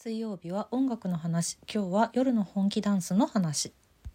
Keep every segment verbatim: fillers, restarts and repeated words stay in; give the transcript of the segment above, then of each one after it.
水曜日は音楽の話。今日は夜の本気ダンスの話。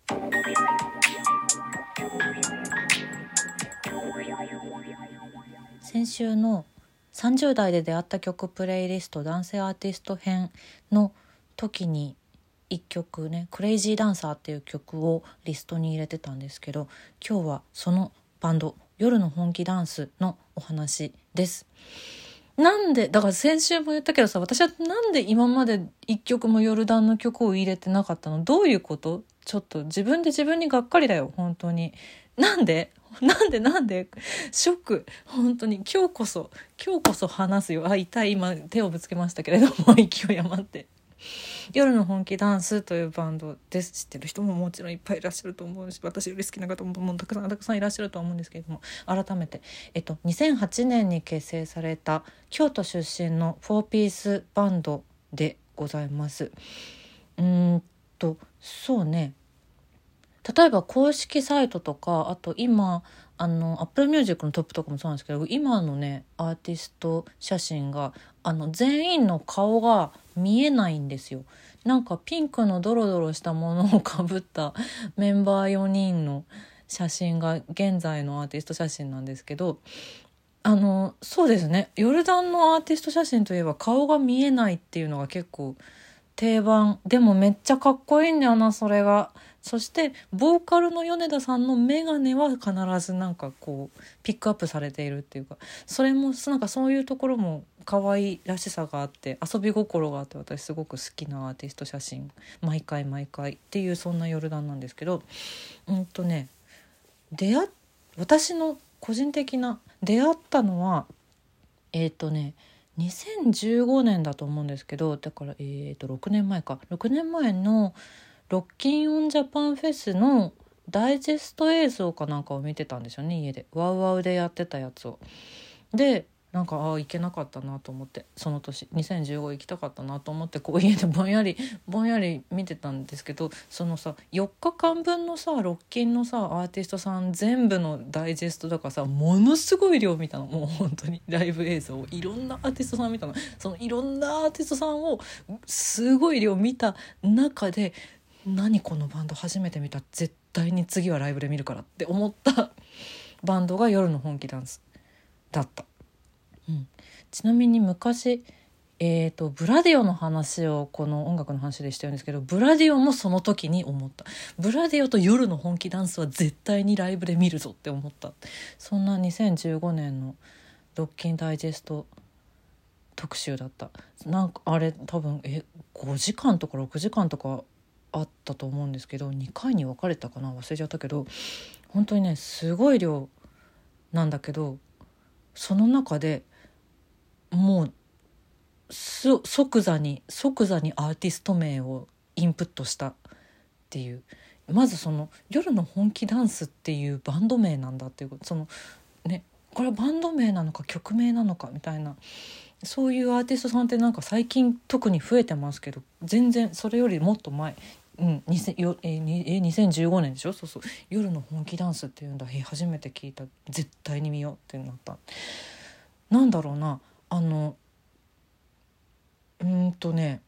先週のさんじゅう代で出会った曲プレイリスト男性アーティスト編の時にいっきょくね、クレイジーダンサーっていう曲をリストに入れてたんですけど、今日はそのバンド夜の本気ダンスのお話です。なんでだから先週も言ったけどさ、私はなんで今まで一曲もヨルダンの曲を入れてなかったの？どういうこと？ちょっと自分で自分にがっかりだよ本当に。なんでなんでなんでショック。本当に今日こそ今日こそ話すよ。あ、痛い。今手をぶつけましたけれども勢い余って。夜の本気ダンスというバンドです。知ってる人ももちろんいっぱいいらっしゃると思うし、私より好きな方ももうたくさんたくさんいらっしゃると思うんですけれども、改めて、えっと、にせんはちねんに結成された京都出身のフォーピースバンドでございます。うーんとそうね、例えば公式サイトとか、あと今あの Apple Music のトップとかもそうなんですけど、今のねアーティスト写真があの全員の顔が見えないんですよ。なんかピンクのドロドロしたものをかぶったメンバーよにんの写真が現在のアーティスト写真なんですけど、あのそうですね、ヨルダンのアーティスト写真といえば顔が見えないっていうのが結構定番で、もめっちゃかっこいいんだよなそれが。そしてボーカルの米田さんのメガネは必ずなんかこうピックアップされているっていうか、それもなんかそういうところも可愛らしさがあって遊び心があって、私すごく好きなアーティスト写真毎回毎回っていう、そんなヨルダンなんですけど、うんとね出会っ私の個人的な出会ったのはえっとねにせんじゅうごねんだと思うんですけど、だからえーとろくねんまえかろくねんまえのロッキンオンジャパンフェスのダイジェスト映像かなんかを見てたんですよね、家でワウワウでやってたやつを。でなんかああ行けなかったなと思って、その年にせんじゅうご行きたかったなと思ってこう家でぼんやりぼんやり見てたんですけど、そのさよっかかんぶんのさロッキンのさアーティストさん全部のダイジェストだからさ、ものすごい量見たの。もう本当にライブ映像をいろんなアーティストさん見たの。そのいろんなアーティストさんをすごい量見た中で、何このバンド初めて見た、絶対に次はライブで見るからって思ったバンドが夜の本気ダンスだった。うん、ちなみに昔、えーと、ブラディオの話をこの音楽の話でしてるんですけど、ブラディオもその時に思った。ブラディオと夜の本気ダンスは絶対にライブで見るぞって思った。そんなにせんじゅうごねんのロッキンダイジェスト特集だった。なんかあれ多分えごじかんとかろくじかんとかあったと思うんですけど、にかいに分かれたかな、忘れちゃったけど、本当にねすごい量なんだけど、その中でもう即座に即座にアーティスト名をインプットしたっていう。まずその夜の本気ダンスっていうバンド名なんだっていう、そのねこれはバンド名なのか曲名なのかみたいな、そういうアーティストさんってなんか最近特に増えてますけど、全然それよりもっと前、うん、にせんよええにせんじゅうごねんでしょ。そうそう、夜の本気ダンスっていうんだ、え初めて聞いた、絶対に見ようってなった。なんだろうな、あのうーんとね、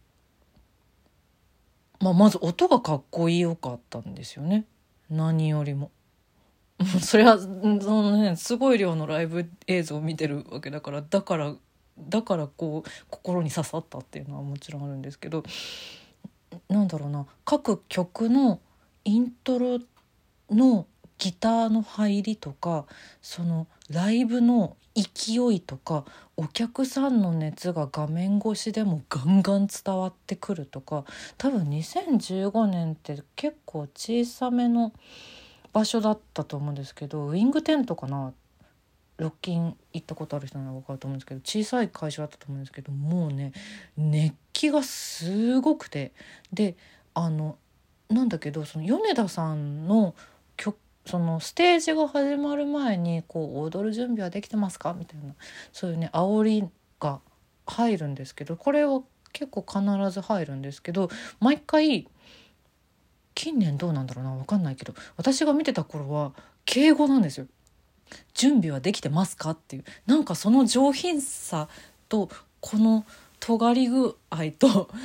まあ、まず音がかっこよかったんですよね、何よりも。それはその、ね、すごい量のライブ映像を見てるわけだから、だからだからこう心に刺さったっていうのはもちろんあるんですけど、なんだろうな、各曲のイントロのギターの入りとか、そのライブの勢いとか、お客さんの熱が画面越しでもガンガン伝わってくるとか、多分にせんじゅうごねんって結構小さめの場所だったと思うんですけど、ウィングテントかな、ロッキン行ったことある人なら分かると思うんですけど、小さい会社だったと思うんですけど、もうね熱気がすごくて、であのなんだけど、その米田さんの曲、そのステージが始まる前にこう踊る準備はできてますかみたいな、そういうね煽りが入るんですけど、これは結構必ず入るんですけど、毎回近年どうなんだろうな、分かんないけど、私が見てた頃は敬語なんですよ。準備はできてますかっていう、なんかその上品さとこの尖り具合と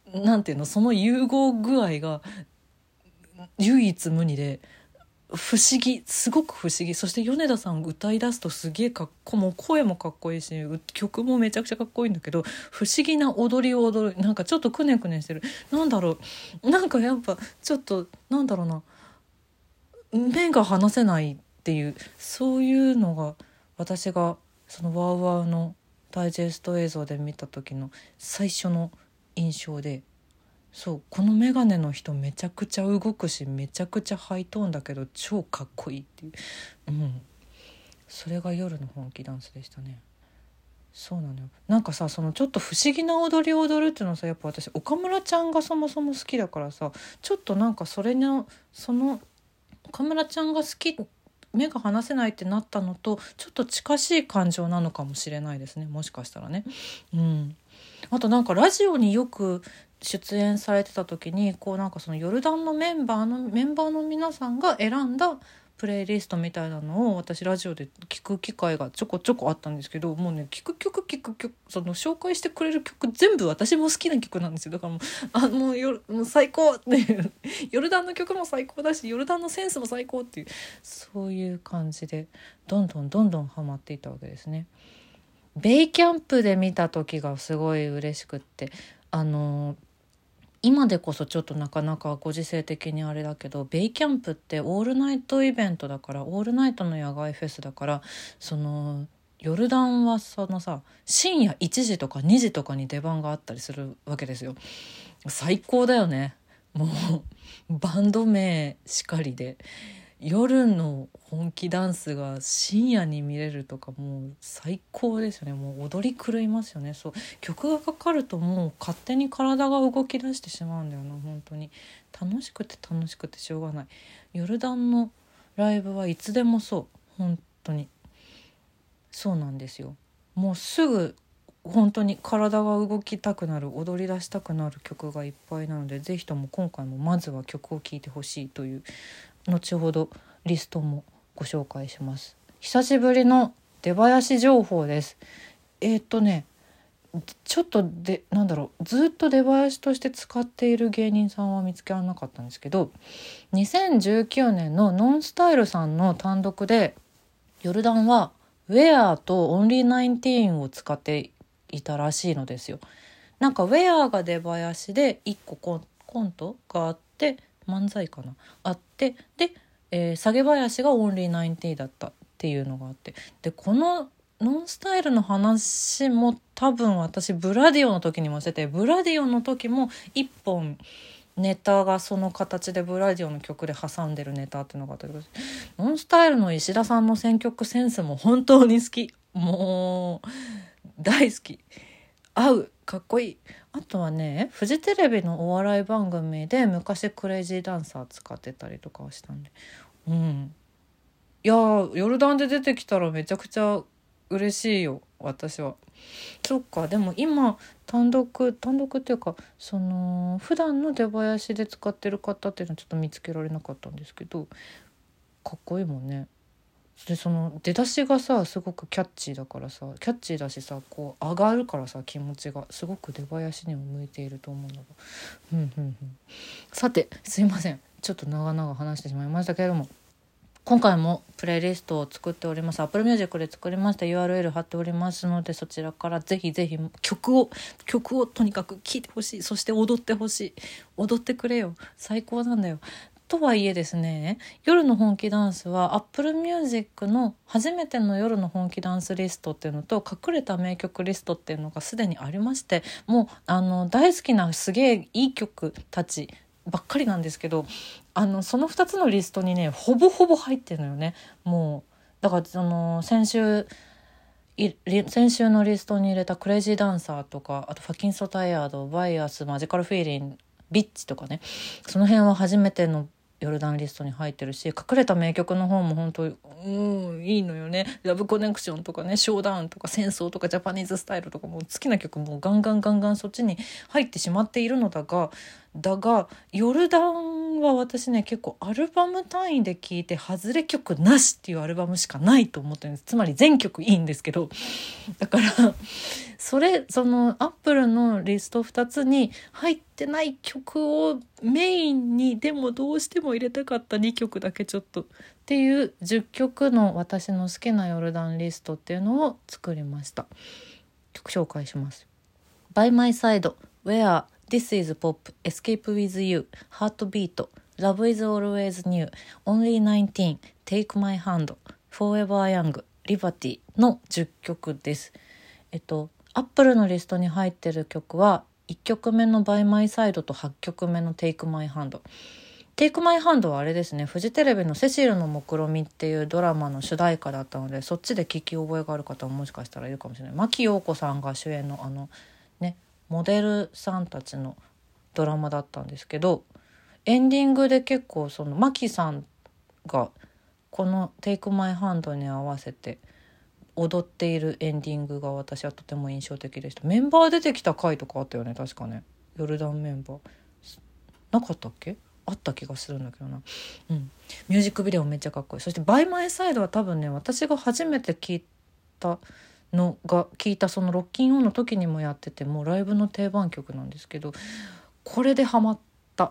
なんていうの、その融合具合が唯一無二で不思議、すごく不思議。そして米田さん歌い出すとすげえかっこもう声もかっこいいし曲もめちゃくちゃかっこいいんだけど、不思議な踊りを踊る、なんかちょっとくねくねしてる、なんだろう、なんかやっぱちょっとなんだろうな、目が離せないっていう、そういうのが私がそのワウワウのダイジェスト映像で見た時の最初の印象で、そうこのメガネの人めちゃくちゃ動くしめちゃくちゃハイトーンだけど超かっこいいっていう、うん、それが夜の本気ダンスでしたね。そうなのよ。なんかさ、そのちょっと不思議な踊りを踊るっていうのはさ、やっぱ私岡村ちゃんがそもそも好きだからさ、ちょっとなんかそれのその岡村ちゃんが好き、目が離せないってなったのとちょっと近しい感情なのかもしれないですね、もしかしたらね。うん、あとなんかラジオによく出演されてた時にこうなんかそのヨルダンのメンバーのメンバーの皆さんが選んだプレイリストみたいなのを私ラジオで聞く機会がちょこちょこあったんですけど、もうね聞く曲聞く曲、その紹介してくれる曲全部私も好きな曲なんですよ。だからもうあもうよもう最高っていうヨルダンの曲も最高だしヨルダンのセンスも最高っていう、そういう感じでどんどんどんどんハマっていったわけですね。ベイキャンプで見た時がすごい嬉しくって、あのー今でこそちょっとなかなかご時世的にあれだけど、ベイキャンプってオールナイトイベントだから、オールナイトの野外フェスだから、そのヨルダンはそのさ深夜いちじとかにじとかに出番があったりするわけですよ。最高だよね。もうバンド名しかりで夜の本気ダンスが深夜に見れるとかもう最高ですよね。もう踊り狂いますよね。そう曲がかかるともう勝手に体が動き出してしまうんだよな。本当に楽しくて楽しくてしょうがない。ヨルダンのライブはいつでもそう、本当にそうなんですよ。もうすぐ本当に体が動きたくなる、踊り出したくなる曲がいっぱいなので、ぜひとも今回もまずは曲を聴いてほしいという、後ほどリストもご紹介します。久しぶりの出囃子情報です。えー、っとねちょっとでなんだろうずっと出囃子として使っている芸人さんは見つけられなかったんですけど、にせんじゅうきゅうねんのノンスタイルさんの単独でヨルダンはウェアとオンリーナインティーンを使っていたらしいのですよ。なんかウェアが出囃子でいっこコン、コントがあって漫才かなあって、で、えー、下げ囃子がオンリーナインティーンだったっていうのがあって、でこのノンスタイルの話も多分私ブラディオの時にもしてて、ブラディオの時も一本ネタがその形でブラディオの曲で挟んでるネタっていうのがあったけど、ノンスタイルの石田さんの選曲センスも本当に好き、もう大好き、合う、かっこいい。あとはねフジテレビのお笑い番組で昔クレイジーダンサー使ってたりとかはしたんで、うんいやヨルダンで出てきたらめちゃくちゃ嬉しいよ私は。そっか、でも今単独単独っていうかその普段の出囃子で使ってる方っていうのはちょっと見つけられなかったんですけど、かっこいいもんね。でその出だしがさすごくキャッチーだからさ、キャッチーだしさこう上がるからさ、気持ちがすごく出囃子にも向いていると思うんだが、うんうんうん、さてすいませんちょっと長々話してしまいましたけれども、今回もプレイリストを作っております。 Apple Music で作りました ユーアールエル 貼っておりますので、そちらからぜひぜひ曲を曲をとにかく聴いてほしい。そして踊ってほしい。踊ってくれよ、最高なんだよ。とはいえですね、夜の本気ダンスは Apple Music の初めての夜の本気ダンスリストっていうのと隠れた名曲リストっていうのがすでにありまして、もうあの大好きなすげえいい曲たちばっかりなんですけど、あのそのふたつのリストにねほぼほぼ入ってるのよね。もうだからその先週先週のリストに入れたクレイジーダンサーとか、あとファキンソタイヤード、バイアス、マジカルフィーリン、ビッチとかね、その辺は初めてのヨルダンリストに入ってるし、隠れた名曲の方も本当うんいいのよね。ラブコネクションとかね、ショーダウンとか戦争とかジャパニーズスタイルとかもう好きな曲もガンガンガンガンそっちに入ってしまっているのだが、 だがヨルダンは私ね結構アルバム単位で聴いて外れ曲なしっていうアルバムしかないと思ってるんです。つまり全曲いいんですけど、だからそれそのアップルのリストふたつに入ってない曲をメインにでもどうしても入れたかったにきょくだけちょっとっていうじゅっきょくの私の好きなヨルダンリストっていうのを作りました。曲紹介します。 By My Side, Where, This is Pop, Escape with You, Heartbeat, Love is Always New, Only ナインティーン, Take My Hand, Forever Young, Liberty のじゅっきょくです。えっとアップルのリストに入ってる曲はいっきょくめの By My Side とはっきょくめの Take My Hand。 Take My Hand はあれですね、フジテレビのセシルの目論見っていうドラマの主題歌だったので、そっちで聞き覚えがある方ももしかしたらいるかもしれない。牧陽子さんが主演のあのねモデルさんたちのドラマだったんですけど、エンディングで結構その牧さんがこの Take My Hand に合わせて踊っているエンディングが私はとても印象的でした。メンバー出てきた回とかあったよね、確かね。ヨルダンメンバーなかったっけ？あった気がするんだけどな。うん。ミュージックビデオめっちゃかっこいい。そしてバイマイサイドは多分ね、私が初めて聞いたのが聞いたそのロッキンオンの時にもやってて、もうライブの定番曲なんですけど、これでハマった。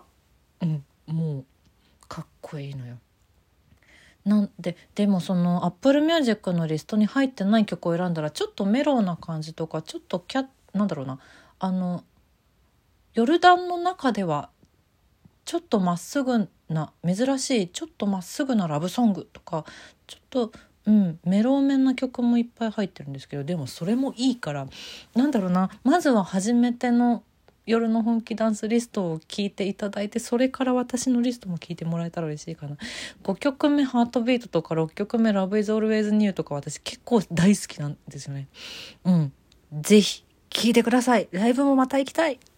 うん、もうかっこいいのよ。なんででもその Apple Music のリストに入ってない曲を選んだらちょっとメローな感じとか、ちょっとキャなんだろうなあのヨルダンの中ではちょっとまっすぐな珍しいちょっとまっすぐなラブソングとかちょっとうんメローめな曲もいっぱい入ってるんですけど、でもそれもいいからなんだろうな、まずは初めての夜の本気ダンスリストを聞いていただいて、それから私のリストも聞いてもらえたら嬉しいかな。ごきょくめハートビートとかろっきょくめ Love is Always New とか私結構大好きなんですよね。うん、ぜひ聞いてください。ライブもまた行きたい。